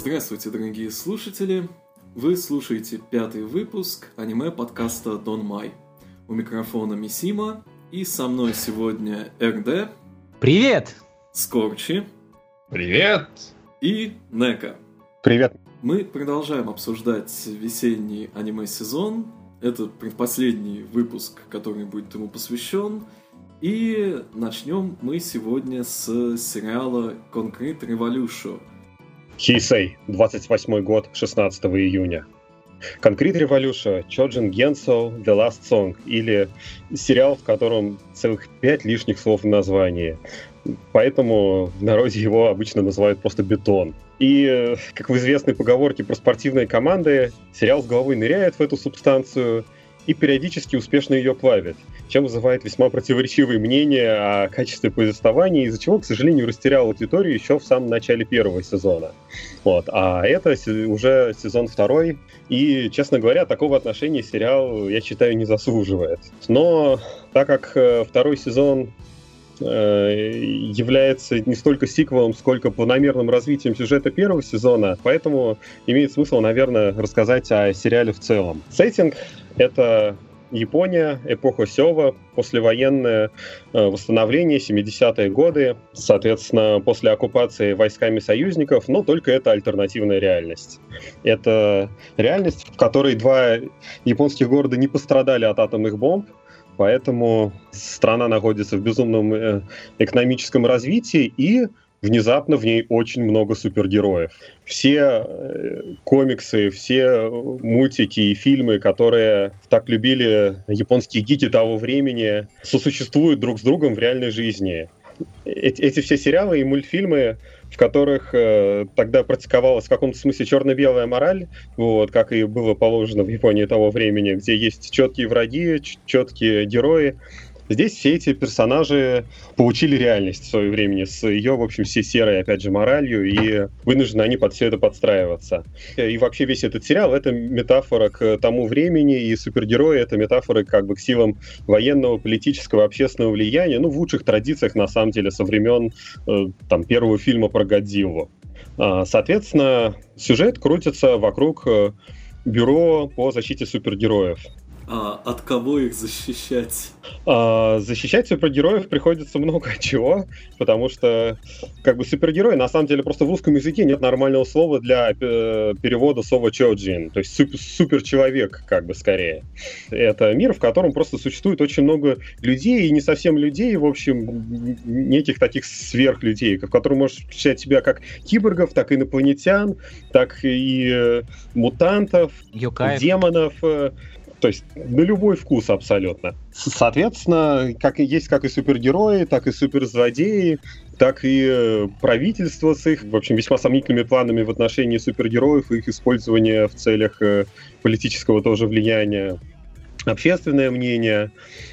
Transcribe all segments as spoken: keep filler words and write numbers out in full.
Здравствуйте, дорогие слушатели! Вы слушаете пятый выпуск аниме-подкаста Донмай. У микрофона Мисима, и со мной сегодня эр дэ. Привет! Скорчи. Привет! И Нека. Привет! Мы продолжаем обсуждать весенний аниме-сезон. Это предпоследний выпуск, который будет ему посвящен. И начнем мы сегодня с сериала Concrete Revolution. Хейсэй, двадцать восьмой год, шестнадцатого июня. Concrete Revolution, Chojin Genso, The Last Song, или сериал, в котором целых пять лишних слов в названии. Поэтому в народе его обычно называют просто «Бетон». И, как в известной поговорке про спортивные команды, сериал с головой ныряет в эту субстанцию и периодически успешно ее плавит, чем вызывает весьма противоречивые мнения о качестве повествования, из-за чего, к сожалению, растерял аудиторию еще в самом начале первого сезона. Вот. А это уже сезон второй, и, честно говоря, такого отношения сериал, я считаю, не заслуживает. Но так как второй сезон является не столько сиквелом, сколько планомерным развитием сюжета первого сезона, поэтому имеет смысл, наверное, рассказать о сериале в целом. Сеттинг — это Япония, эпоха Сёва, послевоенное восстановление, семидесятые годы, соответственно, после оккупации войсками союзников, но только это альтернативная реальность. Это реальность, в которой два японских города не пострадали от атомных бомб, поэтому страна находится в безумном экономическом развитии, и внезапно в ней очень много супергероев. Все комиксы, все мультики и фильмы, которые так любили японские гики того времени, сосуществуют друг с другом в реальной жизни. Эти, эти все сериалы и мультфильмы, в которых э, тогда практиковалась в каком-то смысле черно-белая мораль, вот, как и было положено в Японии того времени, где есть четкие враги, ч- четкие герои. Здесь все эти персонажи получили реальность в свое время с ее, в общем, всей серой, опять же, моралью, и вынуждены они под все это подстраиваться. И вообще весь этот сериал — это метафора к тому времени, и супергерои — это метафоры как бы к силам военного, политического, общественного влияния, ну, в лучших традициях, на самом деле, со времен э, там, первого фильма про Годзиллу. А, соответственно, сюжет крутится вокруг э, бюро по защите супергероев. А от кого их защищать? А, защищать супергероев приходится много чего, потому что как бы супергерои, на самом деле, просто в русском языке нет нормального слова для э, перевода слова чоджин, то есть супер, суперчеловек, как бы скорее. Это мир, в котором просто существует очень много людей, и не совсем людей, в общем, неких таких сверхлюдей, в которых можешь включать себя как киборгов, так и инопланетян, так и э, мутантов, Юкаев. демонов. Э, То есть на любой вкус абсолютно. Соответственно, как и есть как и супергерои, так и суперзлодеи, так и правительство с их, в общем, весьма сомнительными планами в отношении супергероев и их использования в целях политического тоже влияния. Общественное мнение,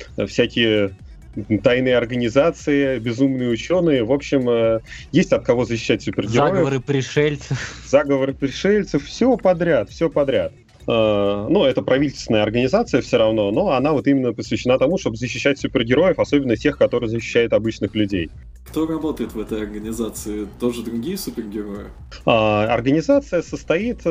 всякие тайные организации, безумные ученые. В общем, есть от кого защищать супергероев. Заговоры пришельцев. Заговоры пришельцев. Все подряд, все подряд. Ну, это правительственная организация все равно, но она вот именно посвящена тому, чтобы защищать супергероев, особенно тех, которые защищают обычных людей. Кто работает в этой организации? Тоже другие супергерои? А, организация состоит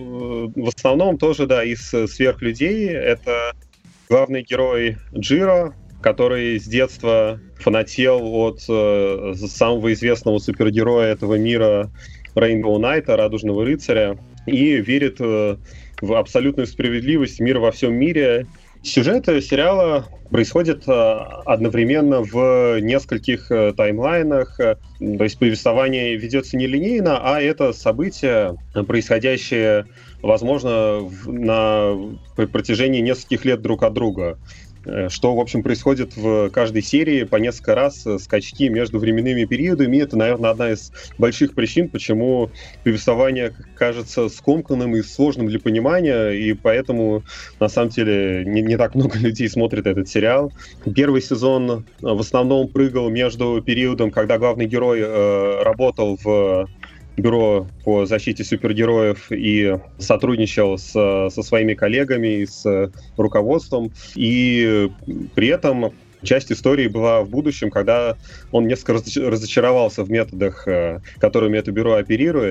в основном тоже, да, из сверхлюдей. Это главный герой Джиро, который с детства фанател от самого известного супергероя этого мира Рейнбоу Найта, Радужного рыцаря, и верит в абсолютную справедливость мира во всем мире. Сюжет сериала происходит одновременно в нескольких таймлайнах, то есть повествование ведется нелинейно, а это события, происходящие, возможно, на протяжении нескольких лет друг от друга. Что, в общем, происходит в каждой серии по несколько раз, скачки между временными периодами. Это, наверное, одна из больших причин, почему повествование кажется скомканным и сложным для понимания, и поэтому, на самом деле, не, не так много людей смотрит этот сериал. Первый сезон в основном прыгал между периодом, когда главный герой э, работал в бюро по защите супергероев и сотрудничал с, со своими коллегами и с руководством. И при этом часть истории была в будущем, когда он несколько разочаровался в методах, которыми это бюро оперирует.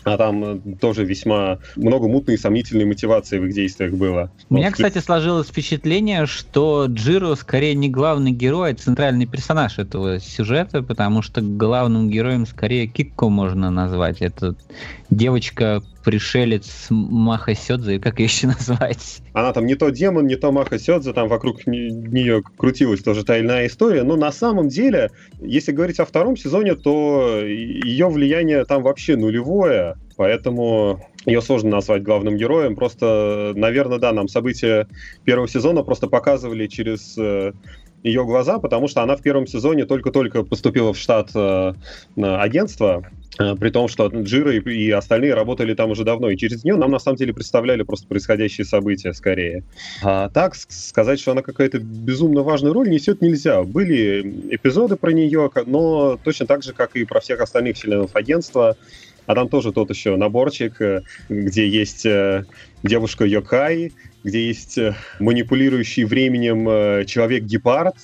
А там тоже весьма много мутной и сомнительной мотивации в их действиях было. У меня, кстати, сложилось впечатление, что Джиро скорее не главный герой, а центральный персонаж этого сюжета, потому что главным героем скорее Кикко можно назвать. Это девочка-пришелец Маха Сёдзе, как ее еще назвать? Она там не то демон, не то Маха Сёдзе, там вокруг нее крутилась тоже та или иная история, но на самом деле, если говорить о втором сезоне, то ее влияние там вообще нулевое, поэтому ее сложно назвать главным героем. Просто, наверное, да, нам события первого сезона просто показывали через ее глаза, потому что она в первом сезоне только-только поступила в штат э, агентства, э, при том, что Джиро и, и остальные работали там уже давно, и через нее нам на самом деле представляли просто происходящие события скорее. А так сказать, что она какая-то безумно важную роль несет, нельзя. Были эпизоды про нее, но точно так же, как и про всех остальных членов агентства. А там тоже тот еще наборчик, где есть девушка Йокай, где есть манипулирующий временем человек-гепард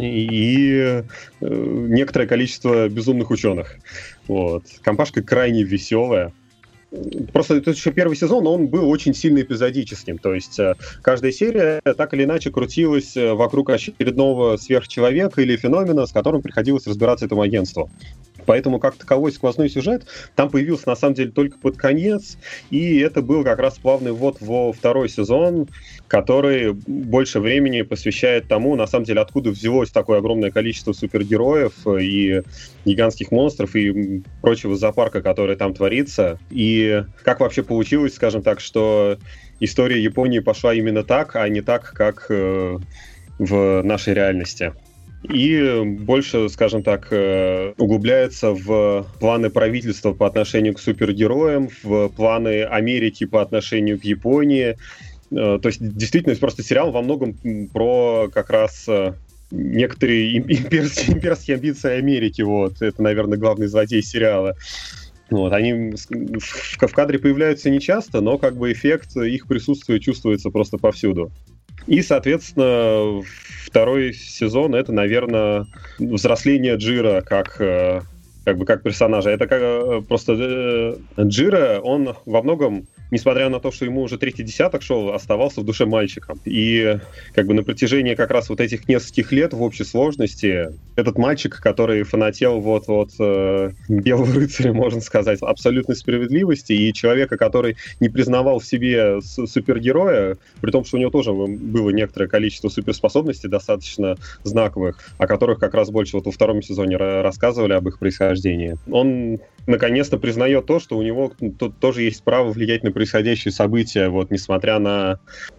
и некоторое количество безумных ученых. Вот. Компашка крайне веселая. Просто это еще первый сезон, но он был очень сильно эпизодическим. То есть каждая серия так или иначе крутилась вокруг очередного сверхчеловека или феномена, с которым приходилось разбираться этому агентству. Поэтому как таковой сквозной сюжет там появился на самом деле только под конец, и это был как раз плавный ввод во второй сезон, который больше времени посвящает тому, на самом деле, откуда взялось такое огромное количество супергероев и гигантских монстров и прочего зоопарка, который там творится, и как вообще получилось, скажем так, что история Японии пошла именно так, а не так, как э, в нашей реальности. И больше, скажем так, углубляется в планы правительства по отношению к супергероям, в планы Америки по отношению к Японии. То есть, действительно, просто сериал во многом про как раз некоторые имперские, имперские амбиции Америки. Вот. Это, наверное, главный злодей сериала. Вот. Они в, в кадре появляются нечасто, но как бы эффект их присутствия чувствуется просто повсюду. И, соответственно, второй сезон — это, наверное, взросление Джиро как, как бы, как персонажа. Это как, просто Джиро, он во многом, несмотря на то, что ему уже третий десяток шел, оставался в душе мальчиком. И как бы на протяжении как раз вот этих нескольких лет в общей сложности этот мальчик, который фанател вот от э, Белого рыцаря, можно сказать, абсолютной справедливости, и человека, который не признавал в себе супергероя, при том, что у него тоже было некоторое количество суперспособностей достаточно знаковых, о которых как раз больше вот во втором сезоне рассказывали об их происхождении. Он наконец-то признает то, что у него тут тоже есть право влиять на происходящие события, вот, несмотря на,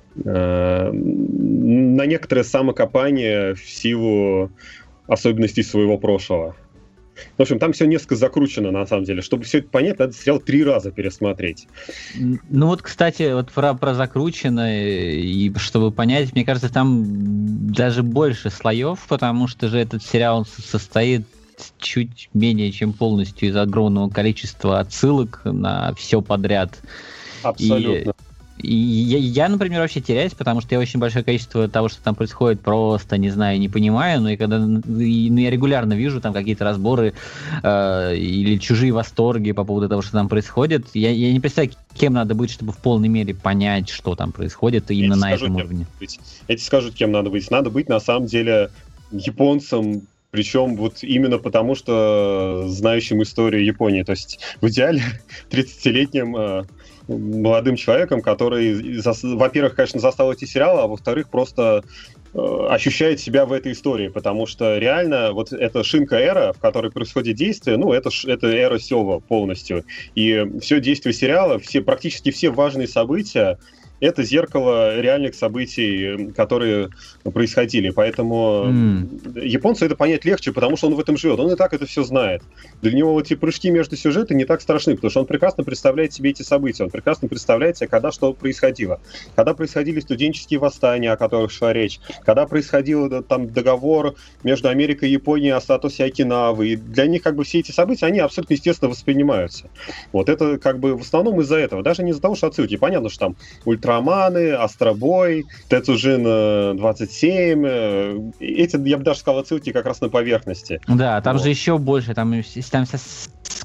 э, на некоторое самокопание в силу особенностей своего прошлого. В общем, там все несколько закручено, на самом деле. Чтобы все это понять, надо сериал три раза пересмотреть. Ну вот, кстати, вот про, про закручено, и чтобы понять, мне кажется, там даже больше слоев, потому что же этот сериал состоит чуть менее чем полностью из огромного количества отсылок на все подряд. Абсолютно. И, и я, я, например, вообще теряюсь, потому что я очень большое количество того, что там происходит, просто не знаю, не понимаю. Но и когда и, ну, я регулярно вижу там какие-то разборы э, или чужие восторги по поводу того, что там происходит, я, я не представляю, кем надо быть, чтобы в полной мере понять, что там происходит именно на этом уровне. Я тебе скажу, кем надо быть. Надо быть, на самом деле, японцем. Причем вот именно потому, что знающим историю Японии. То есть в идеале тридцатилетним э, молодым человеком, который, за, во-первых, конечно, застал эти сериалы, а во-вторых, просто э, ощущает себя в этой истории. Потому что реально вот эта шинка-эра, в которой происходит действие, ну, это, это эра Сёва полностью. И все действие сериала, все, практически все важные события, это зеркало реальных событий, которые происходили. Поэтому mm. японцу это понять легче, потому что он в этом живет. Он и так это все знает. Для него эти прыжки между сюжетами не так страшны, потому что он прекрасно представляет себе эти события. Он прекрасно представляет себе, когда что происходило. Когда происходили студенческие восстания, о которых шла речь. Когда происходил там договор между Америкой и Японией о статусе Окинавы. И для них как бы все эти события, они абсолютно естественно воспринимаются. Вот это как бы в основном из-за этого. Даже не из-за того, что отсылки. Понятно, что там ультра Романы, Астробой, Тецужин двадцать семь. Эти, я бы даже сказал, отсылки как раз на поверхности. Да, там вот же еще больше. Там, там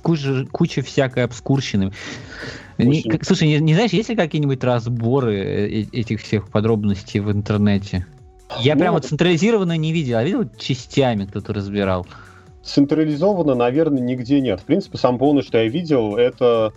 куча, куча всякой обскурщины. Не, как, слушай, не, не знаешь, есть ли какие-нибудь разборы этих всех подробностей в интернете? Я ну, прямо централизированно не видел, а видел частями кто-то разбирал. Централизованно, наверное, нигде нет. В принципе, самое полное, что я видел, это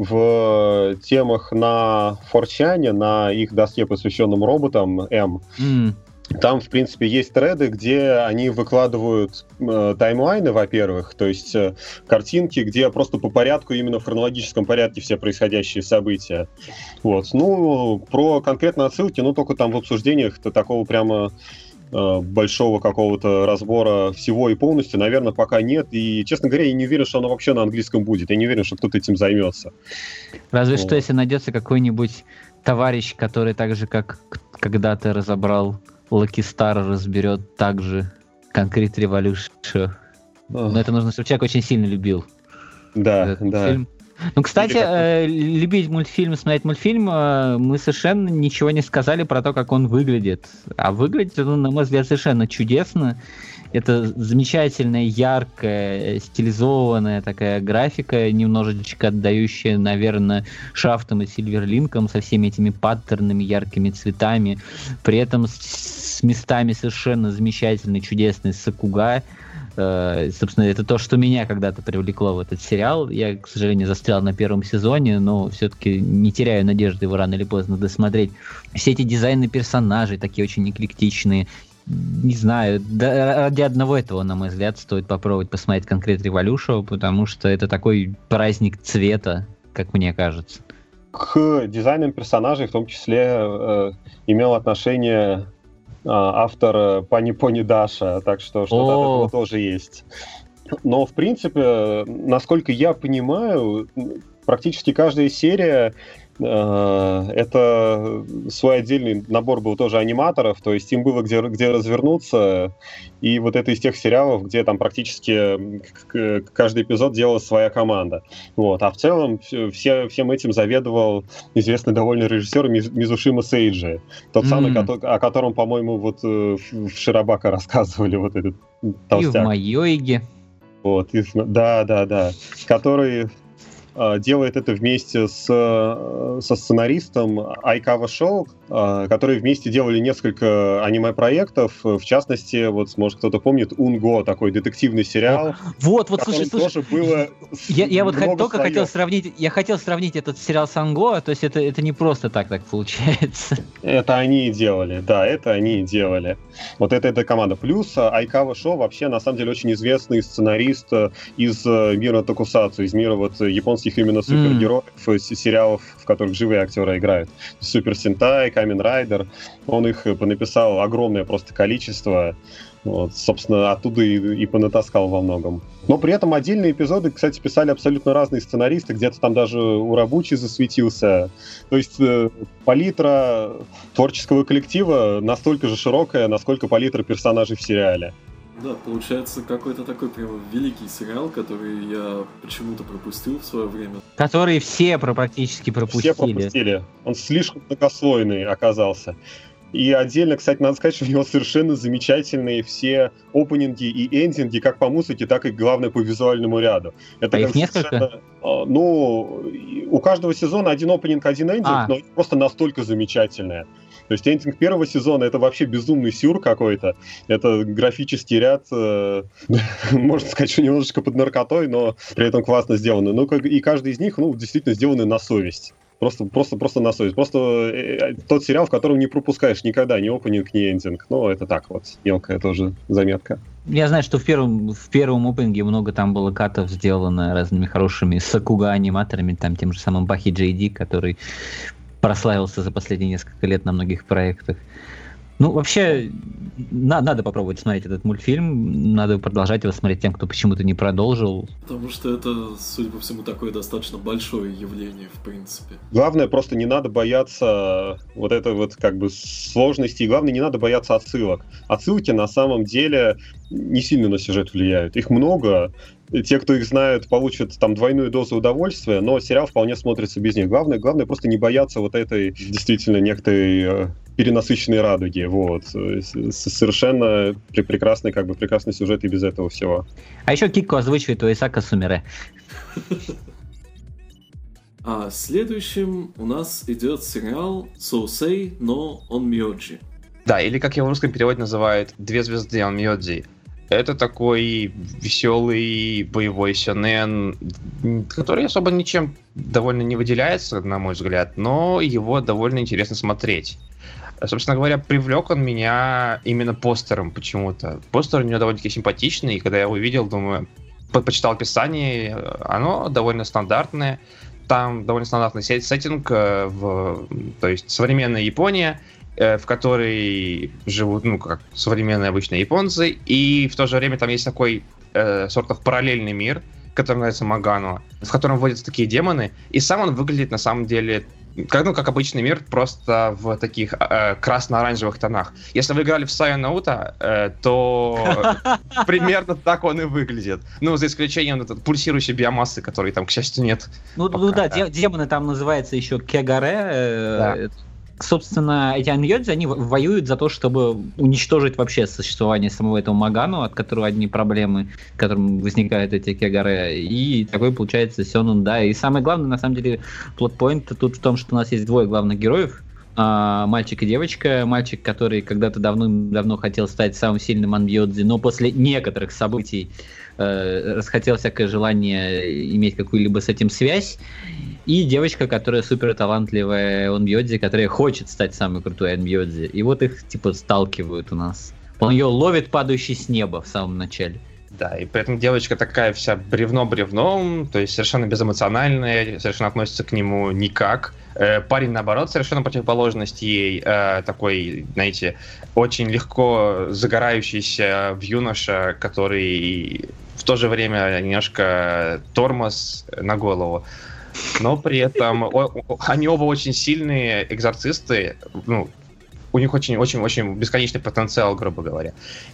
в темах на фор чан, на их доске, посвященном роботам М. Mm. Там, в принципе, есть треды, где они выкладывают э, таймлайны, во-первых, то есть э, картинки, где просто по порядку, именно в хронологическом порядке все происходящие события. Вот. Ну, про конкретные отсылки, ну, только там в обсуждениях-то такого прямо э, большого какого-то разбора всего и полностью, наверное, пока нет. И, честно говоря, я не уверен, что оно вообще на английском будет. Я не уверен, что кто-то этим займется. Разве вот. Что, если найдется какой-нибудь товарищ, который так же, как когда-то разобрал Lucky Star, разберет также Concrete Revolution. Но это нужно, чтобы человек очень сильно любил. Да, да. Фильм. Ну, кстати, э, любить мультфильм, смотреть мультфильм, э, мы совершенно ничего не сказали про то, как он выглядит. А выглядит он, на мой взгляд, совершенно чудесно. Это замечательная, яркая, стилизованная такая графика, немножечко отдающая, наверное, Шафтом и Сильверлинком со всеми этими паттернами, яркими цветами. При этом с, с местами совершенно замечательный, чудесный Сакуга. Uh, собственно, это то, что меня когда-то привлекло в этот сериал. Я, к сожалению, застрял на первом сезоне, но все-таки не теряю надежды его рано или поздно досмотреть. Все эти дизайны персонажей такие очень эклектичные. Не знаю, да, ради одного этого, на мой взгляд, стоит попробовать посмотреть Concrete Revolution, потому что это такой праздник цвета, как мне кажется. К дизайнам персонажей в том числе э, имел отношение автор Пани Пони Даша, так что что-то от этого тоже есть. Но, в принципе, насколько я понимаю, практически каждая серия э, это свой отдельный набор был тоже аниматоров, то есть им было где, где развернуться, и вот это из тех сериалов, где там практически каждый эпизод делала своя команда. Вот. А в целом все, всем этим заведовал известный довольно режиссер Мизушима Сейджи, тот mm. самый, о котором, по-моему, вот в Широбака рассказывали, вот этот толстяк. И в Майоиге. Вот, и, да, да, да. Который э, делает это вместе с, э, со сценаристом Айкава Шоу, э, которые вместе делали несколько аниме-проектов. В частности, вот, может, кто-то помнит, Унго, такой детективный сериал. Вот, вот, слушай, слушай. Тоже было я, я вот только слоев. хотел сравнить, я хотел сравнить этот сериал с Унго, то есть это, это не просто так так получается. Это они и делали, да, это они и делали. Вот это эта команда. Плюс Айкава Шоу вообще, на самом деле, очень известный сценарист из мира токусацу, из мира вот японских именно супергероев, mm. сериалов, в которых живые актеры играют. Супер Сентай, Камен Райдер. Он их понаписал огромное просто количество. Вот, собственно, оттуда и, и понатаскал во многом. Но при этом отдельные эпизоды, кстати, писали абсолютно разные сценаристы. Где-то там даже Урабучи засветился. То есть э, палитра творческого коллектива настолько же широкая, насколько палитра персонажей в сериале. Да, получается какой-то такой прям великий сериал, который я почему-то пропустил в свое время. Который все практически пропустили. Все пропустили. Он слишком многослойный оказался. И отдельно, кстати, надо сказать, что у него совершенно замечательные все опенинги и эндинги, как по музыке, так и, главное, по визуальному ряду. Это а их несколько? Ну, у каждого сезона один опенинг, один эндинг, а. но просто настолько замечательные. То есть эндинг первого сезона — это вообще безумный сюр какой-то. Это графический ряд, э, можно сказать, что немножечко под наркотой, но при этом классно сделаны. Ну, как, и каждый из них, ну, действительно сделаны на совесть. Просто, просто, просто на совесть. Просто э, тот сериал, в котором не пропускаешь никогда ни опенинг, ни эндинг. Ну, это так вот, мелкая тоже заметка. Я знаю, что в первом, в первом опенинге много там было катов сделано разными хорошими Сакуга-аниматорами, там тем же самым Бахи Джей Ди, который прославился за последние несколько лет на многих проектах. Ну, вообще, на, надо попробовать смотреть этот мультфильм, надо продолжать его смотреть тем, кто почему-то не продолжил. Потому что это, судя по всему, такое достаточно большое явление, в принципе. Главное, просто не надо бояться вот этой вот как бы сложности, и главное, не надо бояться отсылок. Отсылки на самом деле не сильно на сюжет влияют. Их много. Те, кто их знают, получат там двойную дозу удовольствия, но сериал вполне смотрится без них. Главное, главное просто не бояться вот этой действительно некой э, перенасыщенной радуги. Вот. Совершенно прекрасный, как бы, прекрасный сюжет и без этого всего. А еще Кикко озвучивает Уэсака Сумире. А следующим у нас идет сериал Соусей но Онмёджи. Да, или как его в русском переводе называют «Две звезды Онмёджи». Это такой веселый боевой сёнэн, который особо ничем довольно не выделяется, на мой взгляд, но его довольно интересно смотреть. Собственно говоря, привлек он меня именно постером почему-то. Постер у него довольно-таки симпатичный, и когда я его увидел, думаю, по- почитал описание, оно довольно стандартное. Там довольно стандартный сеттинг, э, в, то есть современная Япония, э, в которой живут, ну, как современные обычные японцы, и в то же время там есть такой э, сортов параллельный мир, который называется Магано, в котором вводятся такие демоны, и сам он выглядит на самом деле как, ну, как обычный мир, просто в таких э, красно-оранжевых тонах. Если вы играли в Сайонаута, э, то примерно так он и выглядит. Ну, за исключением этой пульсирующей биомассы, которой там, к счастью, нет. Ну, ну да, де- демоны там называются еще Кегаре. э, Да. Собственно, эти Онмёджи, они во- воюют за то, чтобы уничтожить вообще существование самого этого Магану, от которого одни проблемы, к которым возникают эти Кегаре. И такой получается сёнэн, да. И самое главное, на самом деле, плотпоинт тут в том, что у нас есть двое главных героев. а, Мальчик и девочка. Мальчик, который когда-то давно-давно хотел стать самым сильным Онмёджи, но после некоторых событий э, расхотел всякое желание иметь какую-либо с этим связь. И девочка, которая супер талантливая Онмёджи, которая хочет стать самой крутой Онмёджи. И вот их типа сталкивают у нас. Он ее ловит, падающий с неба в самом начале. Да, и при этом девочка такая вся бревно-бревном, то есть совершенно безэмоциональная, совершенно относится к нему никак. Э, парень, наоборот, совершенно противоположность ей, э, такой, знаете, очень легко загорающийся в юноша, который в то же время немножко тормоз на голову. Но при этом о- о- они оба очень сильные экзорцисты, ну, у них очень-очень-очень бесконечный потенциал, грубо говоря.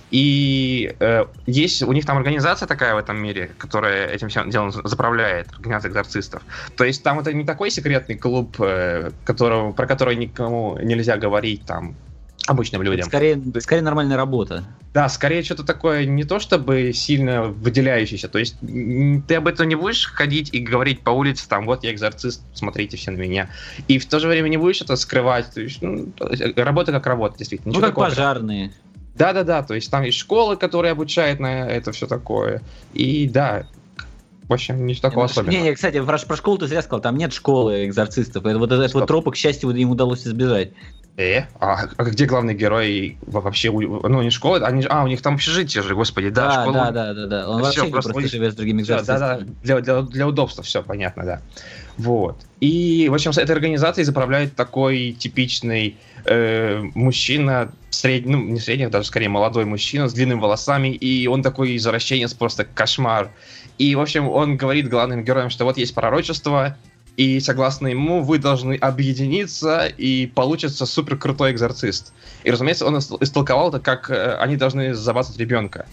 И э, есть у них там организация такая в этом мире, которая этим всем делом заправляет, организация экзорцистов. То есть там это не такой секретный клуб, э, которого, про который никому нельзя говорить там обычным людям. Скорее, скорее нормальная работа. Да, скорее что-то такое не то чтобы сильно выделяющееся. То есть м, ты об этом не будешь ходить и говорить по улице, там, вот я экзорцист, смотрите все на меня. И в то же время не будешь это скрывать. То есть, ну, работа как работа, действительно. Ну, Ничего как такого. пожарные. Да-да-да, то есть там есть школы, которые обучают на это все такое. И да, в общем, ничего такого особенного. Не, не, кстати, про, про школу ты зря сказал, там нет школы экзорцистов. Это, вот этот вот тропа, к счастью, им удалось избежать. Э? А, а где главный герой вообще? у- Ну, не школа, они, же- а, у них там общежитие же, господи, да, Да, школа. да, да, да, да. Он Всё, вообще просто, просто просто у них- живет с другими Всё, экзорцистами. да, да, для, для, для удобства, все понятно, да. Вот. И, в общем, с этой организацией заправляет такой типичный э, мужчина, сред... ну, не средних, даже скорее молодой мужчина с длинными волосами, и он такой извращенец, просто кошмар. И, в общем, он говорит главным героям, что вот есть пророчество, и согласно ему вы должны объединиться, и получится супер крутой экзорцист. И, разумеется, он ис- истолковал это, как э, они должны забацать ребенка.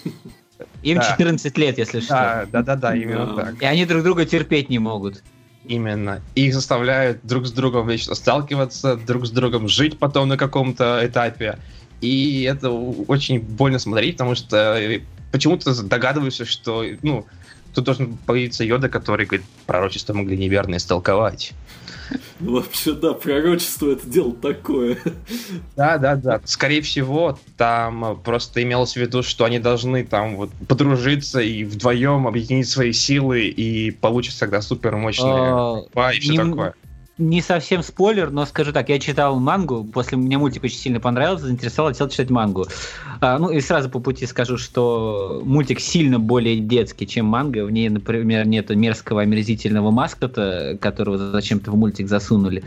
Им Да. четырнадцать лет, если что. Да, да, да, да, именно Да. так. И они друг друга терпеть не могут. Именно. Их заставляют друг с другом вечно сталкиваться, друг с другом жить потом на каком-то этапе. И это у- очень больно смотреть, потому что э, почему-то догадываешься, что, ну, тут должен появиться Йода, который говорит, пророчество могли неверно истолковать. Ну, вообще, да, пророчество — это дело такое. Да, да, да. Скорее всего, там просто имелось в виду, что они должны там вот подружиться и вдвоем объединить свои силы, и получится тогда супер мощная А, борьба и все не- такое. Не совсем спойлер, но скажу так, я читал мангу, после мне мультик очень сильно понравился, заинтересовал, хотел читать мангу. А, ну и сразу по пути скажу, что мультик сильно более детский, чем манга. В ней, например, нет мерзкого омерзительного маскота, которого зачем-то в мультик засунули.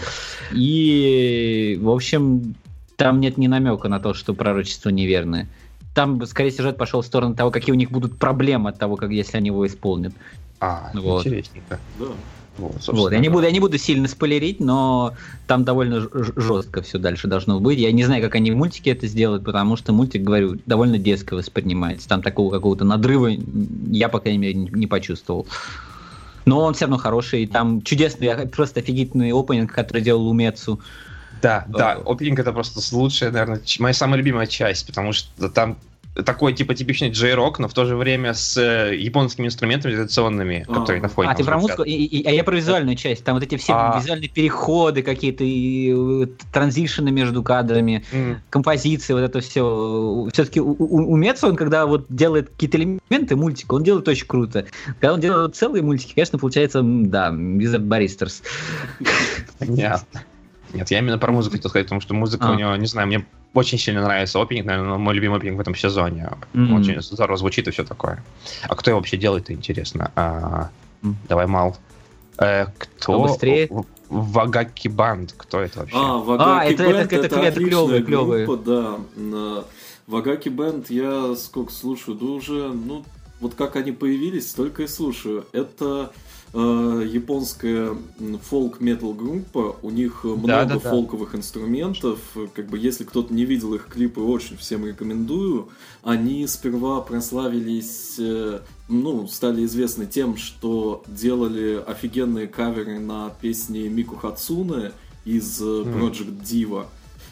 И, в общем, там нет ни намека на то, что пророчество неверное. Там, скорее, сюжет пошел в сторону того, какие у них будут проблемы от того, как если они его исполнят. А, Вот. интересненько. Да. Вот, Вот, собственно, я не да. буду, я не буду сильно спойлерить, но там довольно ж- жестко все дальше должно быть. Я не знаю, как они в мультике это сделают, потому что мультик, говорю, довольно детско воспринимается. Там такого какого-то надрыва я, по крайней мере, не, не почувствовал. Но он все равно хороший. Там чудесный, просто офигительный опенинг, который делал Умецу. Да, да, Э, опенинг это просто лучшая, наверное, ч- моя самая любимая часть, потому что там такой, типа, типичный джей-рок, но в то же время с э, японскими инструментами традиционными, а, которые на фоне. А, ты про музыку? И, и, а я про визуальную часть. Там вот эти все а... визуальные переходы какие-то, и транзишены между кадрами, mm. композиции, вот это все. Все-таки у, у, у Меца, он когда вот делает какие-то элементы мультика, он делает очень круто. Когда он делает целые мультики, конечно, получается, да, Wizard Barristers. Понятно. Нет, я именно про музыку хотел сказать, потому что музыка а. у него, не знаю, мне очень сильно нравится опенинг, наверное, мой любимый опенинг в этом сезоне. Mm-hmm. Очень здорово звучит и все такое. А кто его вообще делает, интересно? А, mm-hmm. Давай, Мал. Э, кто? Быстрее. Вагаки Банд. Кто это вообще? А, Вагаки Банд, это, это, это, это, это клевые, клевые. Группа, да. Вагаки Банд я сколько слушаю, да уже, ну, вот как они появились, столько и слушаю. Это... японская фолк-метал группа, у них много да, да, фолковых да. инструментов, как бы если кто-то не видел их клипы, очень всем рекомендую. Они сперва прославились, ну, стали известны тем, что делали офигенные каверы на песни Мику Хацуне из Project Diva.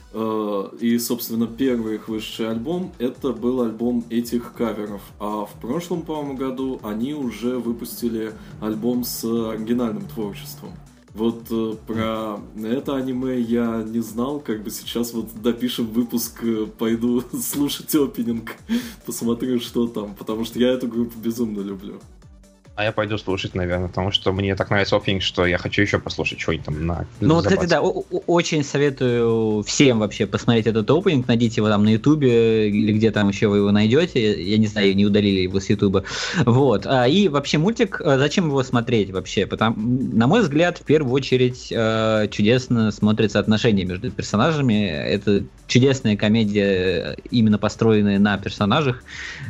И, собственно, первый их высший альбом — это был альбом этих каверов. А в прошлом, по-моему, году они уже выпустили альбом с оригинальным творчеством. Вот э, про это аниме я не знал, как бы сейчас вот допишем выпуск, пойду слушать опенинг, посмотрю, что там, потому что я эту группу безумно люблю. А я пойду слушать, наверное, потому что мне так нравится опенинг, что я хочу еще послушать что-нибудь там на... Ну вот, кстати, да, очень советую всем вообще посмотреть этот опенинг, найдите его там на Ютубе или где там еще вы его найдете, я не знаю, не удалили его с Ютуба. Вот, и вообще мультик, зачем его смотреть вообще? Потому, на мой взгляд, в первую очередь чудесно смотрятся отношения между персонажами, это чудесная комедия, именно построенная на персонажах.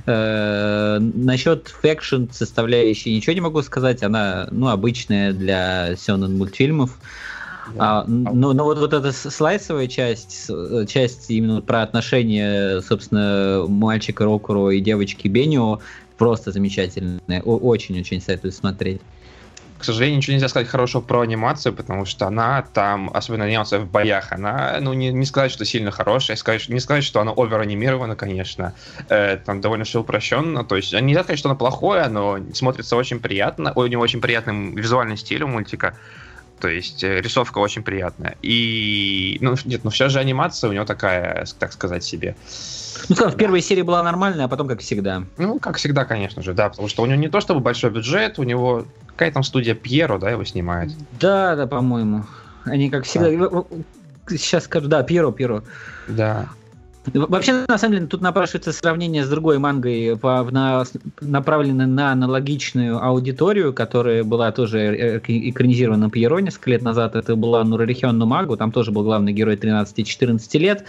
Насчет фэкшн составляющей ничего не могу сказать, она, ну, обычная для сёнэн мультфильмов. Да. А, но, но вот, вот эта слайсовая часть, часть именно про отношения, собственно, мальчика Рокуро и девочки Бенио просто замечательная. Очень-очень советую смотреть. К сожалению, ничего нельзя сказать хорошего про анимацию, потому что она там, особенно анимация в боях, она, ну, не, не сказать, что сильно хорошая, сказать, не сказать, что она овер-анимирована, конечно. Э, там довольно все упрощенно, то есть нельзя сказать, что она плохое, но смотрится очень приятно, у него очень приятный визуальный стиль у мультика, то есть э, рисовка очень приятная. И, ну, нет, ну, вся же анимация у него такая, так сказать, себе. Ну, скажем, в первой серии была нормальная, а потом как всегда. Ну, как всегда, конечно же, да, потому что у него не то чтобы большой бюджет, у него какая там студия Пьеро, да, его снимает? Да, да, по-моему. Они как всегда... Да. Сейчас скажу, да, Пьеро, Пьеро. Да. Вообще, на самом деле, тут напрашивается сравнение с другой мангой, по, на, направленной на аналогичную аудиторию, которая была тоже экранизирована Пьеро несколько лет назад. Это была Нурарихён но Магу, там тоже был главный герой тринадцати-четырнадцати лет.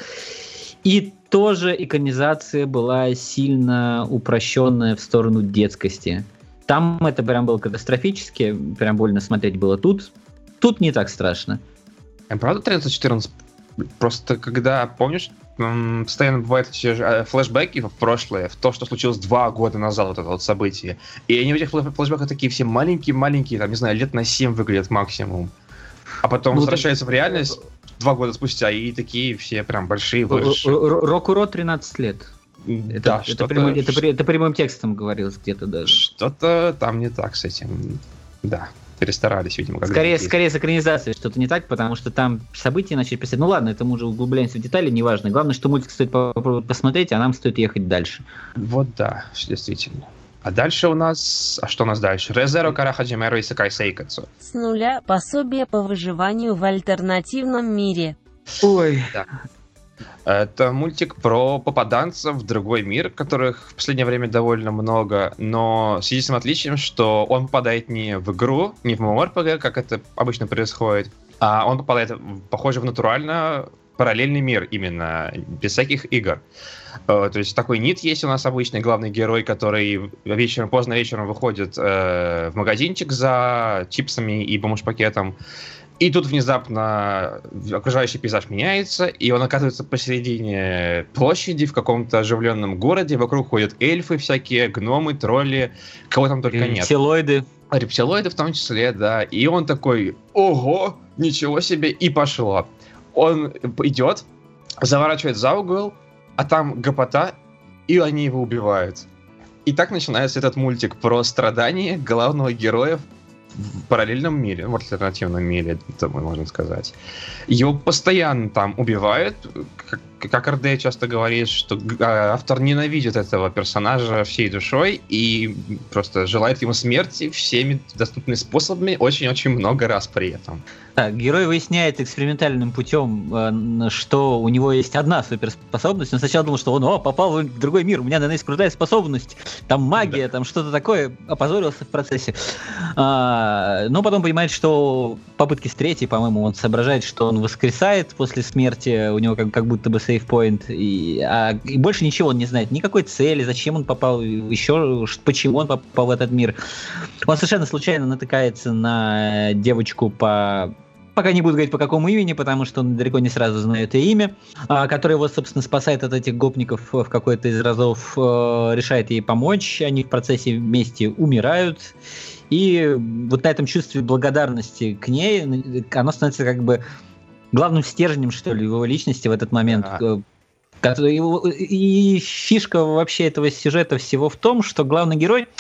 И тоже экранизация была сильно упрощенная в сторону детскости. Там это прям было катастрофически, прям больно смотреть было. Тут, тут не так страшно. А правда тринадцать-четырнадцать? Просто когда, помнишь, постоянно бывают эти флешбеки в прошлое, в то, что случилось два года назад, вот это вот событие. И они в этих флешбеках такие все маленькие-маленькие, там, не знаю, лет на семь выглядят максимум. А потом ну, возвращаются ты... в реальность два года спустя, и такие все прям большие, выросшие. Рокуро тринадцать лет. Это, да, это, прямой, это, это прямым текстом говорилось где-то даже. Что-то там не так с этим. Да, перестарались, видимо. Скорее, скорее с экранизацией что-то не так, потому что там события начали писать. Ну ладно, это мы уже углубляемся в детали, неважно. Главное, что мультик стоит посмотреть, а нам стоит ехать дальше. Вот да, действительно. А дальше у нас... А что у нас дальше? Re:Zero Карахаджимеру Исэкай Сейкацу. С нуля пособие по выживанию в альтернативном мире. Ой. Да. Это мультик про попаданцев в другой мир, которых в последнее время довольно много, но с единственным отличием, что он попадает не в игру, не в MMORPG, как это обычно происходит, а он попадает, похоже, в натурально параллельный мир именно, без всяких игр. То есть такой Нит есть у нас обычный главный герой, который вечером, поздно вечером выходит э, в магазинчик за чипсами и бомж-пакетом. И тут внезапно окружающий пейзаж меняется, и он оказывается посередине площади в каком-то оживленном городе. Вокруг ходят эльфы всякие, гномы, тролли, кого там только нет. Рептилоиды. Рептилоиды в том числе, да. И он такой: ого, ничего себе, и пошло. Он идет, заворачивает за угол, а там гопота, и они его убивают. И так начинается этот мультик про страдания главного героя в параллельном мире, в альтернативном мире, это можно сказать. Его постоянно там убивают, как, как эр дэ часто говорит, что автор ненавидит этого персонажа всей душой и просто желает ему смерти всеми доступными способами очень-очень много раз при этом. Так, герой выясняет экспериментальным путем, что у него есть одна суперспособность. Он сначала думал, что он о, попал в другой мир, у меня, наверное, есть крутая способность, там магия, да. там что-то такое, опозорился в процессе. А, но потом понимает, что попытки с третьей, по-моему, он соображает, что он воскресает после смерти, у него как, как будто бы сейфпоинт, и, а, и больше ничего он не знает, никакой цели, зачем он попал, еще почему он попал в этот мир. Он совершенно случайно натыкается на девочку по... Пока не буду говорить, по какому имени, потому что он далеко не сразу знает ее имя, который его, собственно, спасает от этих гопников в какой-то из разов, решает ей помочь, они в процессе вместе умирают, и вот на этом чувстве благодарности к ней оно становится как бы главным стержнем, что ли, его личности в этот момент. Да. И фишка вообще этого сюжета всего в том, что главный герой,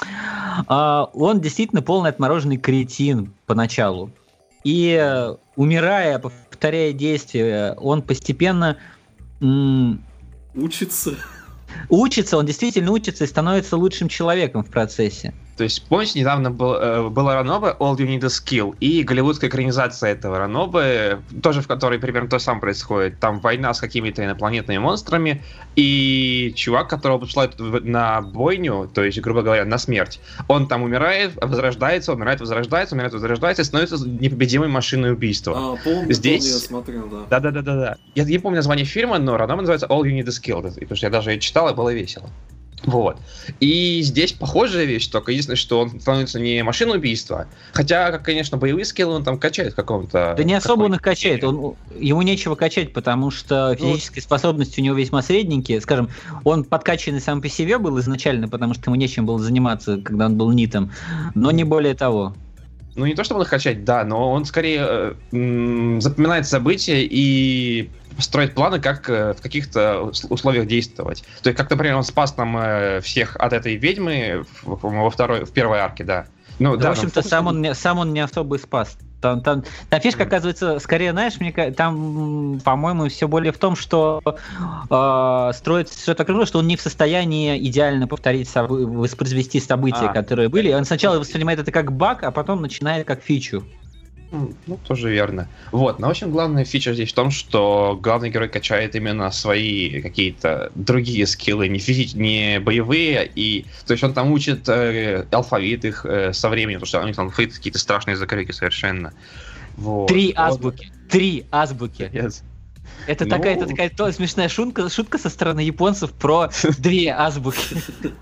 он действительно полный отмороженный кретин поначалу. И умирая, повторяя действия, он постепенно м- учится. Учится, он действительно учится и становится лучшим человеком в процессе. То есть, помните, недавно был, э, была Ранобе All You Need Is Kill, и голливудская экранизация этого Ранобе, тоже в которой примерно то же самое происходит. Там война с какими-то инопланетными монстрами, и чувак, которого посылают на бойню, то есть, грубо говоря, на смерть, он там умирает, возрождается, умирает, возрождается, умирает, возрождается, и становится непобедимой машиной убийства. А, помню, Здесь... помню, я смотрел, да. Да-да-да-да. Я не помню название фильма, но Ранобе называется All You Need Is Kill, потому что я даже ее читал, и было весело. Вот. И здесь похожая вещь, только единственное, что он становится не машиной убийства. Хотя, как, конечно, боевые скиллы он там качает в каком-то... Да не особо он их качает, он, ему нечего качать, потому что физические ну, способности у него весьма средненькие. Скажем, он подкачанный сам по себе был изначально, потому что ему нечем было заниматься, когда он был нитом, но не более того. Ну, не то, чтобы он их качать, да, но он скорее м- запоминает события и строит планы, как э, в каких-то условиях действовать. То есть, как, например, он спас там э, всех от этой ведьмы в, во второй, в первой арке, да. Ну, да, да, в общем-то, там... сам, он не, сам он не особо и спас. Там, там, там фишка, оказывается, скорее, знаешь, мне там, по-моему, все более в том, что э, строится что-то такое, что он не в состоянии идеально повторить, собы- воспроизвести события, а, которые были. Он сначала воспринимает это как баг, а потом начинает как фичу. Ну, тоже верно. Вот, но, в общем, главная фича здесь в том, что главный герой качает именно свои какие-то другие скиллы, не физи- не боевые, и, то есть он там учит э, алфавит их э, со временем, потому что у них там алфавит какие-то страшные закорюки совершенно. Вот. Три азбуки, вот. Три азбуки. Yes. Это, ну... такая, это такая то, смешная шутка, шутка со стороны японцев про две азбуки.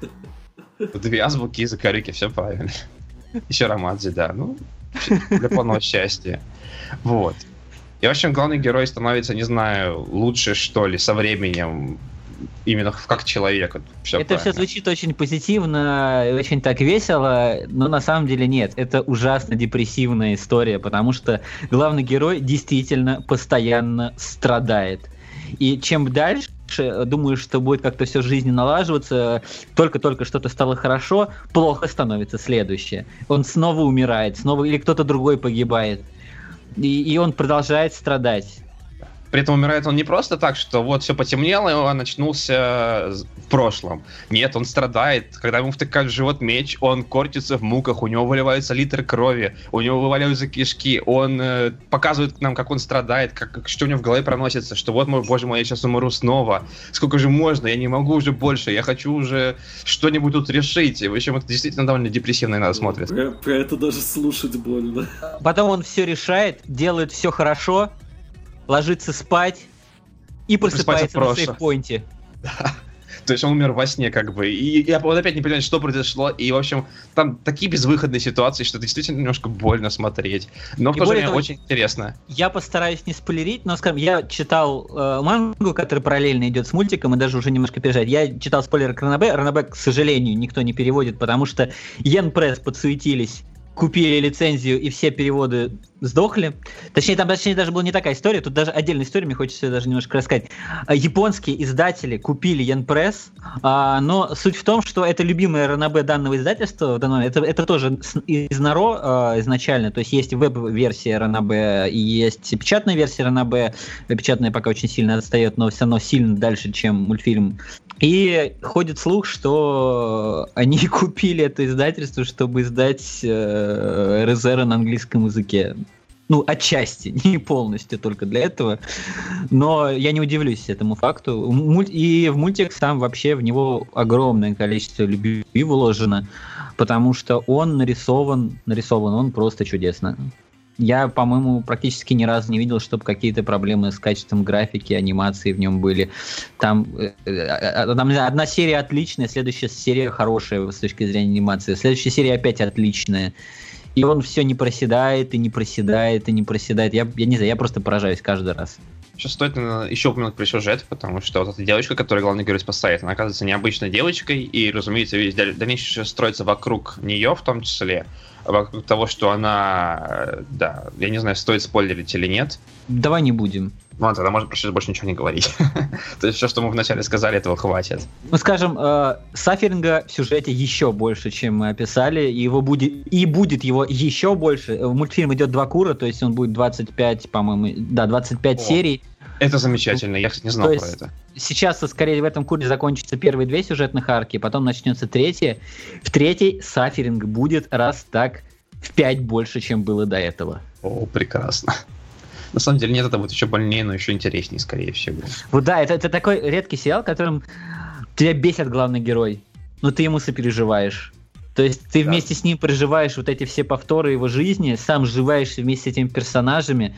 Две азбуки и закорюки, все правильно. Еще Рамадзи, да, ну... для полного счастья. Вот. И, в общем, главный герой становится, не знаю, лучше, что ли, со временем, именно как человек. Все это правильно. Все звучит очень позитивно, очень так весело, но на самом деле нет. Это ужасно депрессивная история, потому что главный герой действительно постоянно страдает. И чем дальше, думаю, что будет как-то все в жизни налаживаться, только-только что-то стало хорошо, плохо становится следующее. Он снова умирает, снова или кто-то другой погибает. И, и он продолжает страдать. При этом умирает он не просто так, что вот все потемнело, и он очнулся в прошлом. Нет, он страдает. Когда ему втыкают в живот меч, он корчится в муках, у него выливаются литры крови, у него вываливаются кишки, он э, показывает нам, как он страдает, как, как, что у него в голове проносится, что вот, мой, боже мой, я сейчас умру снова. Сколько же можно? Я не могу уже больше, я хочу уже что-нибудь тут решить. И, в общем, это действительно довольно депрессивно иногда смотрится. Про, про это даже слушать больно. Потом он все решает, делает все хорошо, ложится спать и просыпается на сейфпоинте. Да. То есть он умер во сне, как бы. И я вот опять не понимаю, что произошло. И, в общем, там такие безвыходные ситуации, что действительно немножко больно смотреть. Но в то же время очень интересно. Я постараюсь не спойлерить, но, скажем, я читал э, мангу, которая параллельно идет с мультиком, и даже уже немножко пережать. Я читал спойлеры к Ранобе. Ранобе, к сожалению, никто не переводит, потому что Yen Press подсуетились, купили лицензию, и все переводы сдохли. Точнее, там точнее, даже была не такая история, тут даже отдельная история, мне хочется даже немножко рассказать. Японские издатели купили Янпресс, но суть в том, что это любимое ранобэ данного издательства, это, это тоже из Наро изначально, то есть есть веб-версия ранобэ и есть печатная версия ранобэ, печатная пока очень сильно отстает, но все равно сильно дальше, чем мультфильм. И ходит слух, что они купили это издательство, чтобы издать э, РЗР на английском языке. Ну, отчасти, не полностью только для этого. Но я не удивлюсь этому факту. И в мультик сам вообще в него огромное количество любви вложено, потому что он нарисован, нарисован он просто чудесно. Я, по-моему, практически ни разу не видел, чтобы какие-то проблемы с качеством графики, анимации в нем были. Там, там одна серия отличная, следующая серия хорошая с точки зрения анимации, следующая серия опять отличная. И он все не проседает, и не проседает, и не проседает. Я, я не знаю, я просто поражаюсь каждый раз. Сейчас стоит наверное, еще упомянуть про сюжет, потому что вот эта девочка, которая главный герой спасает, она оказывается необычной девочкой, и, разумеется, весь дальнейший сюжет строится вокруг нее в том числе, вокруг того, что она, да, я не знаю, стоит спойлерить или нет. Давай не будем. Ну, тогда можно про сюжет больше ничего не говорить. То есть все, что мы вначале сказали, этого хватит. Ну, скажем, э, Сафферинга в сюжете еще больше, чем мы описали, и его будет, и будет его еще больше. Мультфильм идет два кура, то есть он будет двадцать пять, по-моему, да, двадцать пять О, серий. Это замечательно, я, кстати, не знал то про есть это. Сейчас, скорее, в этом куре закончатся первые две сюжетных арки, потом начнется третья. В третьей Сафферинг будет раз так в пять больше, чем было до этого. О, прекрасно. На самом деле нет, это будет еще больнее, но еще интереснее, скорее всего. Вот да, это, это такой редкий сериал, которым тебя бесит главный герой, но ты ему сопереживаешь. То есть ты да. вместе с ним проживаешь вот эти все повторы его жизни, сам сживаешься вместе с этими персонажами.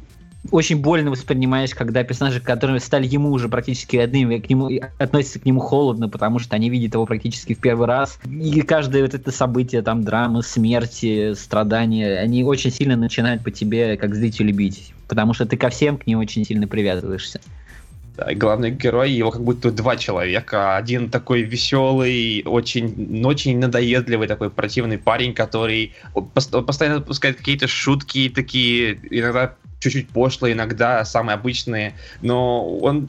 Очень больно воспринимаешь, когда персонажи, которые стали ему уже практически родными, к нему относятся к нему холодно, потому что они видят его практически в первый раз. И каждое вот это событие, там, драмы, смерти, страдания, они очень сильно начинают по тебе, как зрителю, бить. Потому что ты ко всем к ним очень сильно привязываешься. Да, и главный герой, его как будто два человека. Один такой веселый, очень, очень надоедливый, такой противный парень, который постоянно отпускает какие-то шутки такие, иногда чуть-чуть пошлые, иногда самые обычные, но он,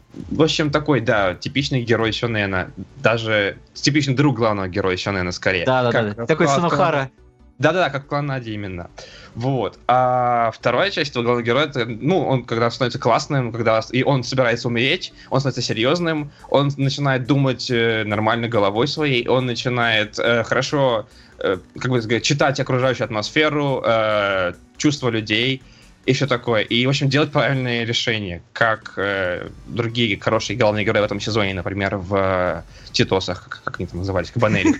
в общем, такой, да, типичный герой сёнэна, даже типичный друг главного героя сёнэна, скорее. Да-да-да, такой Сунохара. Да-да-да, как в Клонаде именно. Вот. А вторая часть этого главного героя, это, ну, он когда становится классным, когда и он собирается умереть, он становится серьезным, он начинает думать э, нормально головой своей, он начинает э, хорошо, э, как бы сказать, читать окружающую атмосферу, э, чувства людей и все такое. И, в общем, делать правильные решения, как э, другие хорошие главные герои в этом сезоне, например, в э, Титосах, как, как они там назывались, Кабанери.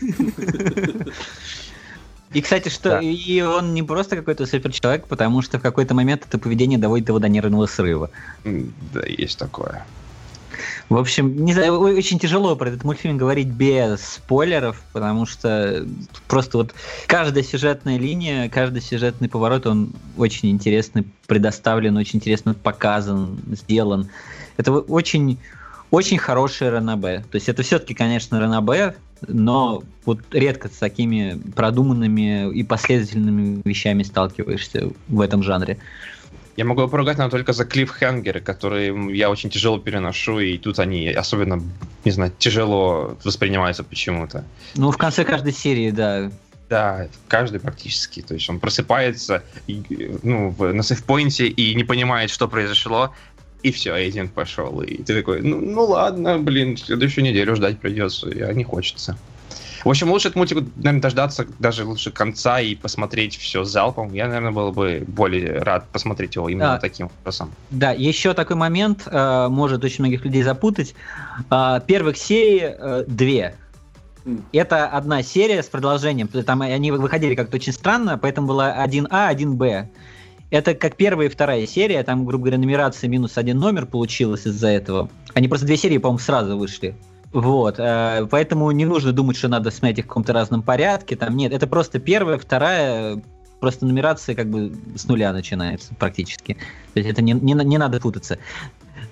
И, кстати, что да. и он не просто какой-то суперчеловек, потому что в какой-то момент это поведение доводит его до нервного срыва. Да, есть такое. В общем, не знаю, очень тяжело про этот мультфильм говорить без спойлеров, потому что просто вот каждая сюжетная линия, каждый сюжетный поворот, он очень интересно предоставлен, очень интересно показан, сделан. Это очень, очень хороший ранобэ. То есть это все-таки, конечно, ранобэ, но вот редко с такими продуманными и последовательными вещами сталкиваешься в этом жанре. Я могу поругать нам только за клиффхенгеры, которые я очень тяжело переношу, и тут они особенно, не знаю, тяжело воспринимаются почему-то. Ну, в конце каждой серии, да. Да, каждый практически. То есть он просыпается и, ну, на сейфпоинте и не понимает, что произошло, и все, эйдинг пошел. И ты такой, ну, ну ладно, блин, следующую неделю ждать придется, а не хочется. В общем, лучше этот мультик, наверное, дождаться даже лучше конца и посмотреть все залпом. Я, наверное, был бы более рад посмотреть его именно да. таким образом. Да, еще такой момент э, может очень многих людей запутать. Э, первых серий э, две. Mm. Это одна серия с продолжением. Там они выходили как-то очень странно, поэтому была один А, один Б. Это как первая и вторая серия, там, грубо говоря, нумерация минус один номер получилась из-за этого. Они просто две серии, по-моему, сразу вышли. Вот, э, поэтому не нужно думать, что надо смотреть их в каком-то разном порядке. Там нет, это просто первая, вторая, просто нумерация как бы с нуля начинается практически. То есть это не, не, не надо путаться.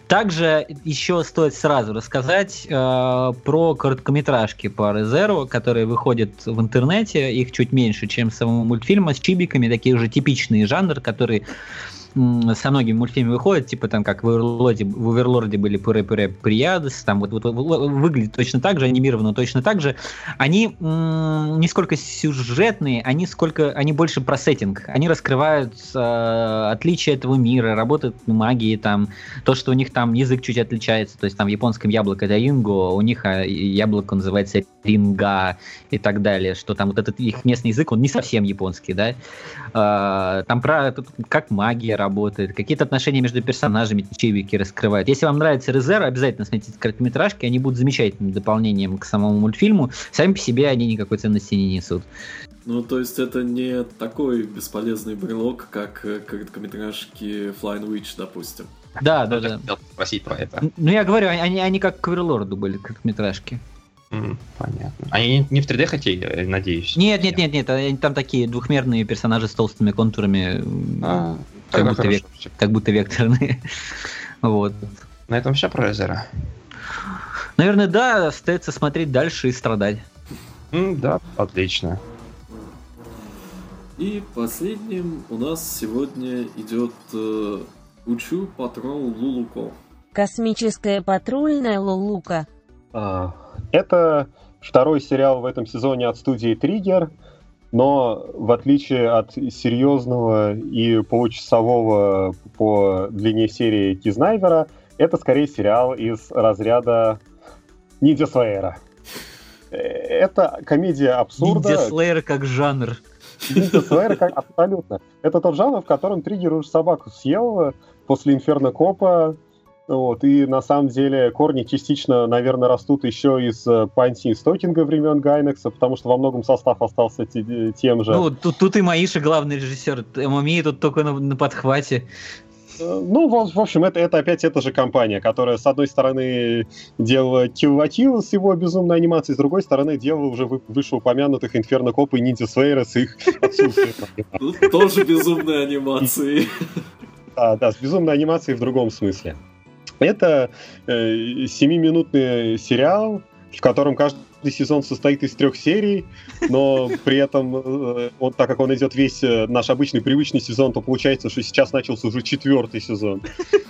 Также еще стоит сразу рассказать э, про короткометражки по Re:Zero, которые выходят в интернете. Их чуть меньше, чем самого мультфильма, с чибиками, такие уже типичные жанр, которые со многими мультфильмами выходят, типа там как в Оверлорде, в Оверлорде были Пуре-Пуре Приядес, там вот, вот, вот выглядит точно так же, анимировано точно так же. Они м- не сколько сюжетные, они сколько они больше про сеттинг. Они раскрывают э, отличия этого мира, работают магии, там, то, что у них там язык чуть отличается, то есть там в японском яблоко это ринго, у них яблоко называется ринга и так далее, что там вот этот их местный язык, он не совсем японский, да. Э, там про как магия работает, какие-то отношения между персонажами чибики раскрывают. Если вам нравится Re:Zero, обязательно смотрите короткометражки, они будут замечательным дополнением к самому мультфильму. Сами по себе они никакой ценности не несут. Ну, то есть это не такой бесполезный брелок, как короткометражки Flying Witch, допустим. Да, да, да. Хотел спросить про это. Ну, я говорю, они, они как к Оверлорду были, короткометражки. Mm, понятно. Они не в три дэ хотели, надеюсь? Нет, нет, нет, нет, они там такие двухмерные персонажи с толстыми контурами, а, как, будто век, как будто векторные. Вот. На этом все про Re:Zero? Наверное, да, остается смотреть дальше и страдать. Mm, да, отлично. И последним у нас сегодня идет э, Учу Патрол Лулуко. Космическая патрульная Лулука. А, это второй сериал в этом сезоне от студии Trigger, но в отличие от серьезного и получасового по длине серии Кизнайвера, это скорее сериал из разряда Ниндзя Слэйера. Это комедия абсурда. Ниндзя Слэйер как жанр. Ниндзя Слэйер как абсолютно. Это тот жанр, в котором Триггер уже собаку съел после Инферно Копа. Вот, и на самом деле корни частично, наверное, растут еще из Панти и Стокинга времен Гайнекса, потому что во многом состав остался т- тем же. Ну, тут, тут и Маиша главный режиссер, Мами тут только на, на подхвате. Ну, в, в общем, это, это опять эта же компания, которая, с одной стороны, делала Kill la Kill с его безумной анимацией, с другой стороны, делала уже вы, вышеупомянутых Инферно Копа и Ниндзя Слэйера с их отсутствием. Тут тоже безумной анимацией. Да, да, с безумной анимацией в другом смысле. Это э, семиминутный сериал, в котором каждый сезон состоит из трех серий, но при этом, э, он, так как он идет весь э, наш обычный привычный сезон, то получается, что сейчас начался уже четвертый сезон.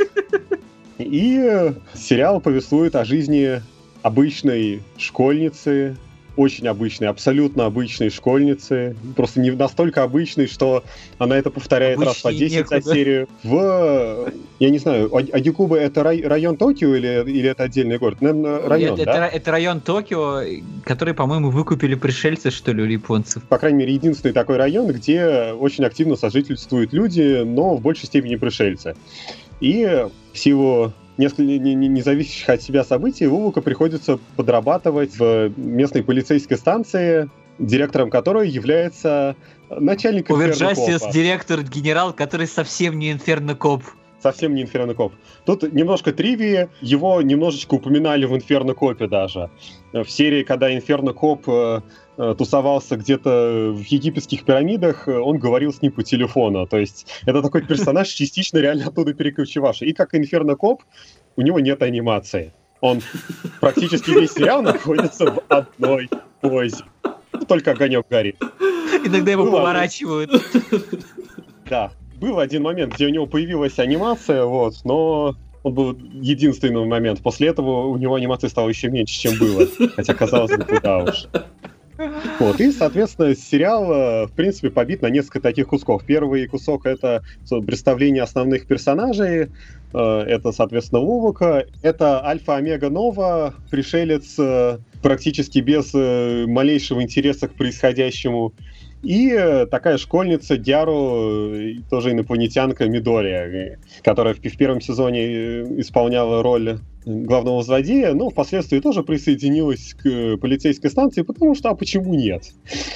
И э, сериал повествует о жизни обычной школьницы, очень обычной, абсолютно обычной школьницы, просто не настолько обычной, что она это повторяет Обычнее раз по десять за серию. В, я не знаю, Адикуба это рай, район Токио или, или это отдельный город? Наверное, район, это, да? Это, это район Токио, который, по-моему, выкупили пришельцы, что ли, у японцев. По крайней мере, единственный такой район, где очень активно сожительствуют люди, но в большей степени пришельцы. И в силу несколько независящих от себя событий Лулука приходится подрабатывать в местной полицейской станции, директором которой является начальник Инферно Копа. Оверджастис, директор, генерал, который совсем не Инферно Коп. Совсем не Инферно Коп. Тут немножко тривии, его немножечко упоминали в Инферно Копе даже. В серии, когда Инферно Коп э, тусовался где-то в египетских пирамидах, он говорил с ним по телефону. То есть это такой персонаж, частично реально оттуда перекочевавший. И как Инферно Коп, у него нет анимации. Он практически весь сериал находится в одной позе. Только огонек горит. Иногда его Было... поворачивают. Да. Был один момент, где у него появилась анимация, вот, но он был единственный момент. После этого у него анимации стало еще меньше, чем было. Хотя, казалось бы, куда уж. Вот, и, соответственно, сериал, в принципе, побит на несколько таких кусков. Первый кусок — это представление основных персонажей. Это, соответственно, Лулука. Это Альфа-Омега Нова, пришелец практически без малейшего интереса к происходящему. И такая школьница Дяру, тоже инопланетянка Мидори, которая в первом сезоне исполняла роль главного злодея, но впоследствии тоже присоединилась к полицейской станции, потому что, а почему нет?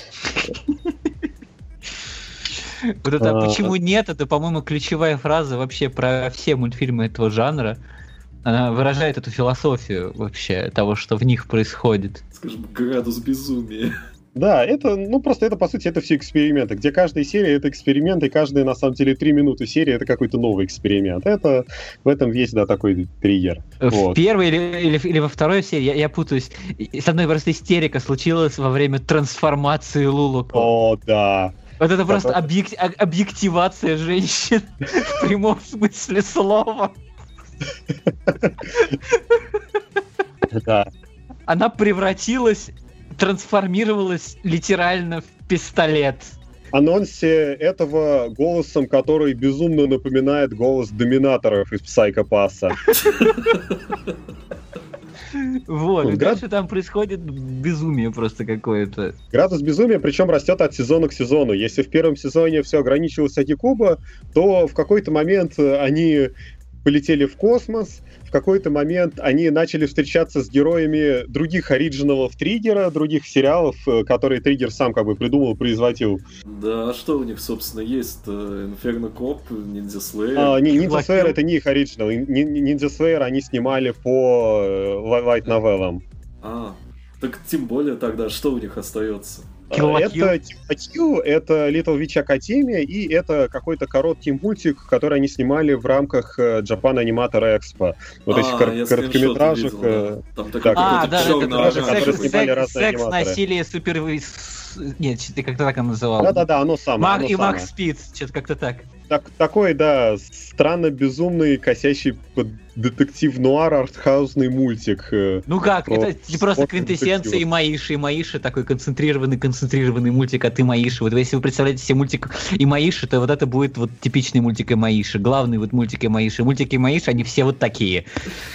Вот это «почему нет» — это, по-моему, ключевая фраза вообще про все мультфильмы этого жанра. Она выражает эту философию вообще того, что в них происходит. Скажем, градус безумия. Да, это, ну, просто это, по сути, это все эксперименты, где каждая серия — это эксперимент, и каждые, на самом деле, три минуты серии — это какой-то новый эксперимент. Это, в этом весь, да, такой триггер. В Вот. первой или, или, или во второй серии, я, я путаюсь, со мной просто истерика случилась во время трансформации Лулуко. О, да. Вот это просто Это- объек- а- объективация женщин в прямом смысле слова. Да. Она превратилась, трансформировалась литерально в пистолет. Анонсе этого голосом, который безумно напоминает голос доминаторов из Psycho Pass. Вот, Ну, и град- дальше там происходит безумие просто какое-то. Градус безумия, причем растет от сезона к сезону. Если в первом сезоне все ограничивалось Акикуба, то в какой-то момент э, они полетели в космос, в какой-то момент они начали встречаться с героями других оригиналов Триггера, других сериалов, э, которые Триггер сам как бы придумал, производил. Да, а что у них, собственно, есть? Инферно Коп, Ниндзя Слэйер. А, не- Ninja Лакил. Slayer — это не их оригинал. Ninja Slayer они снимали по э, лайт новеллам. А, так тем более тогда, что у них остается? Kill la Это Kill, это Little Witch Академия, и это какой-то короткий мультик, который они снимали в рамках э, Japan Animator Expo. Вот этих А, кор- я короткометражек. скриншоты видел, э, да. Там да, такой А, какой-то да, да, чёрный да, оранжевый, оранж. который секс, снимали секс, разные секс, аниматоры. насилие, супер... с- Нет, что-то как-то так он называл. Да-да-да, оно самое. Мак оно и самое. Макс Спид, что-то как-то так. Так, такой, да, странно безумный, косящий под детектив-нуар артхаусный мультик. э, Ну как, Про это просто спорт квинтэссенция детективов. и Маиши, и Маиши такой концентрированный-концентрированный мультик от Имаиши. Вот если вы представляете себе мультик Имаиши, то вот это будет вот типичный мультик Имаиши. Главный вот мультик Имаиши. Мультики Имаиши, они все вот такие.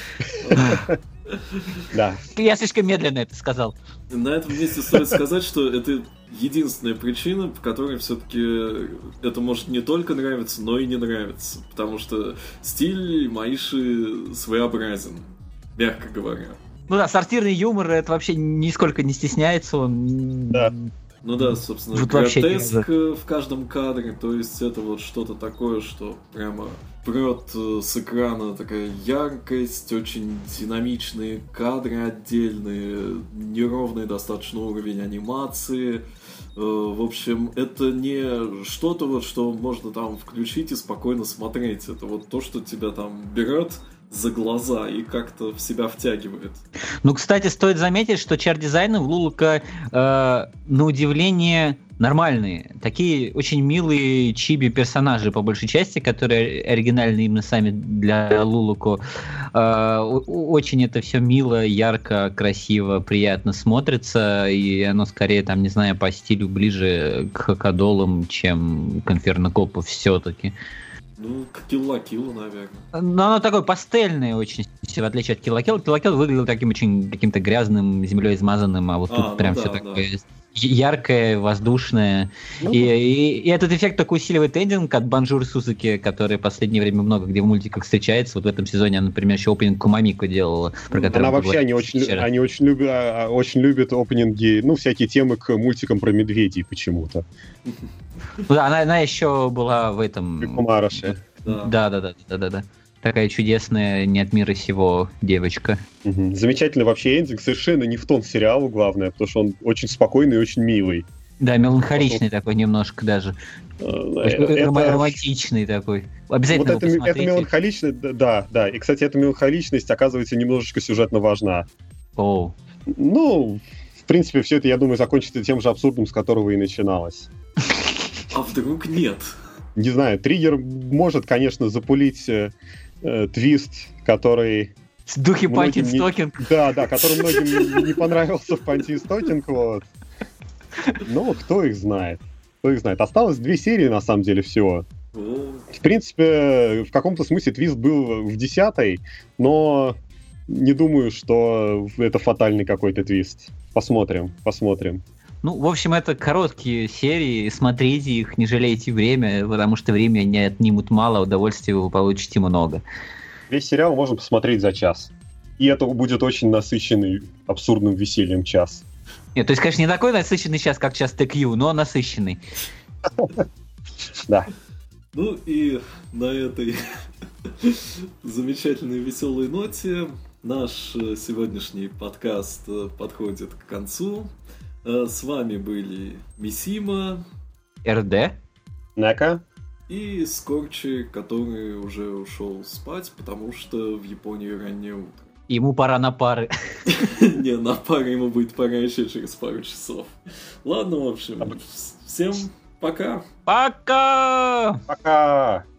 Да. Я слишком медленно это сказал. На этом месте стоит сказать, что это единственная причина, по которой все-таки это может не только нравиться, но и не нравиться. Потому что стиль Маиши своеобразен, мягко говоря. Ну да, сортирный юмор, это вообще нисколько не стесняется он. Да. Ну да, собственно, Вот вообще гротеск в каждом кадре, то есть это вот что-то такое, что прямо прет э, с экрана, такая яркость, очень динамичные кадры отдельные, неровный достаточно уровень анимации. Э, В общем, это не что-то вот, что можно там включить и спокойно смотреть. Это вот то, что тебя там берет за глаза и как-то в себя втягивает. Ну, кстати, стоит заметить, что чар-дизайны в Лулука, э, на удивление, нормальные. Такие очень милые чиби-персонажи, по большей части, которые оригинальны именно сами для Лулуко. Э, очень это все мило, ярко, красиво, приятно смотрится, и оно скорее, там, не знаю, по стилю ближе к Хакадолам, чем к Инферно Копу все-таки. Ну, к Kill la Kill, наверное. Но оно такое пастельное очень, в отличие от Kill la Kill. Kill la Kill выглядел таким очень каким-то грязным, землей измазанным, а вот А, тут ну прям да, все да. такое яркое, воздушное. Ну, И, и- и этот эффект только усиливает эндинг от Банжур Сузуки, который в последнее время много где в мультиках встречается. Вот в этом сезоне она, например, еще опенинг Кумамико делала, про который Она мы вообще, они говорили очень, лю- вчера. они очень любят, а, а, очень любят опенинги, ну, всякие темы к мультикам про медведей почему-то. Ну да, она, она еще была в этом... Кумараши. Да. Да, да, да, да, да, да. Такая чудесная, не от мира сего девочка. Мгм. Замечательно вообще эндинг, совершенно не в тон сериалу, главное, потому что он очень спокойный и очень милый. Да, меланхоличный такой немножко даже. Э, Рома- это- Романтичный такой. Обязательно Вот его это, это посмотрите. меланхоличность, да, да. И, кстати, эта меланхоличность оказывается немножечко сюжетно важна. О, Ну, в принципе, все это, я думаю, закончится тем же абсурдом, с которого и начиналось. А вдруг нет? Не знаю, Триггер может, конечно, запулить э, э, твист, который... с духи Многим не- Пантин-Стокинг. Да, да, который многим не, не понравился в Панти-Стокинг, вот. Но кто их знает? Кто их знает? Осталось две серии, на самом деле, всего. О, В принципе, в каком-то смысле твист был в десятой, но не думаю, что это фатальный какой-то твист. Посмотрим, посмотрим. Ну, в общем, это короткие серии, смотрите их, не жалейте время, потому что время не отнимут мало, удовольствия вы получите много. Весь сериал можно посмотреть за час. И это будет очень насыщенный абсурдным весельем час. Нет, то есть, конечно, не такой насыщенный час, как час тэ кью, но насыщенный. Да. Ну и на этой замечательной веселой ноте наш э, сегодняшний подкаст э, подходит к концу. Э, С вами были Мисима РД. Нека. и Скорчи, который уже ушел спать, потому что в Японии раннее утро. Ему пора на пары. Не, на пару ему будет пора еще через пару часов. Ладно, в общем, всем пока. Пока! Пока!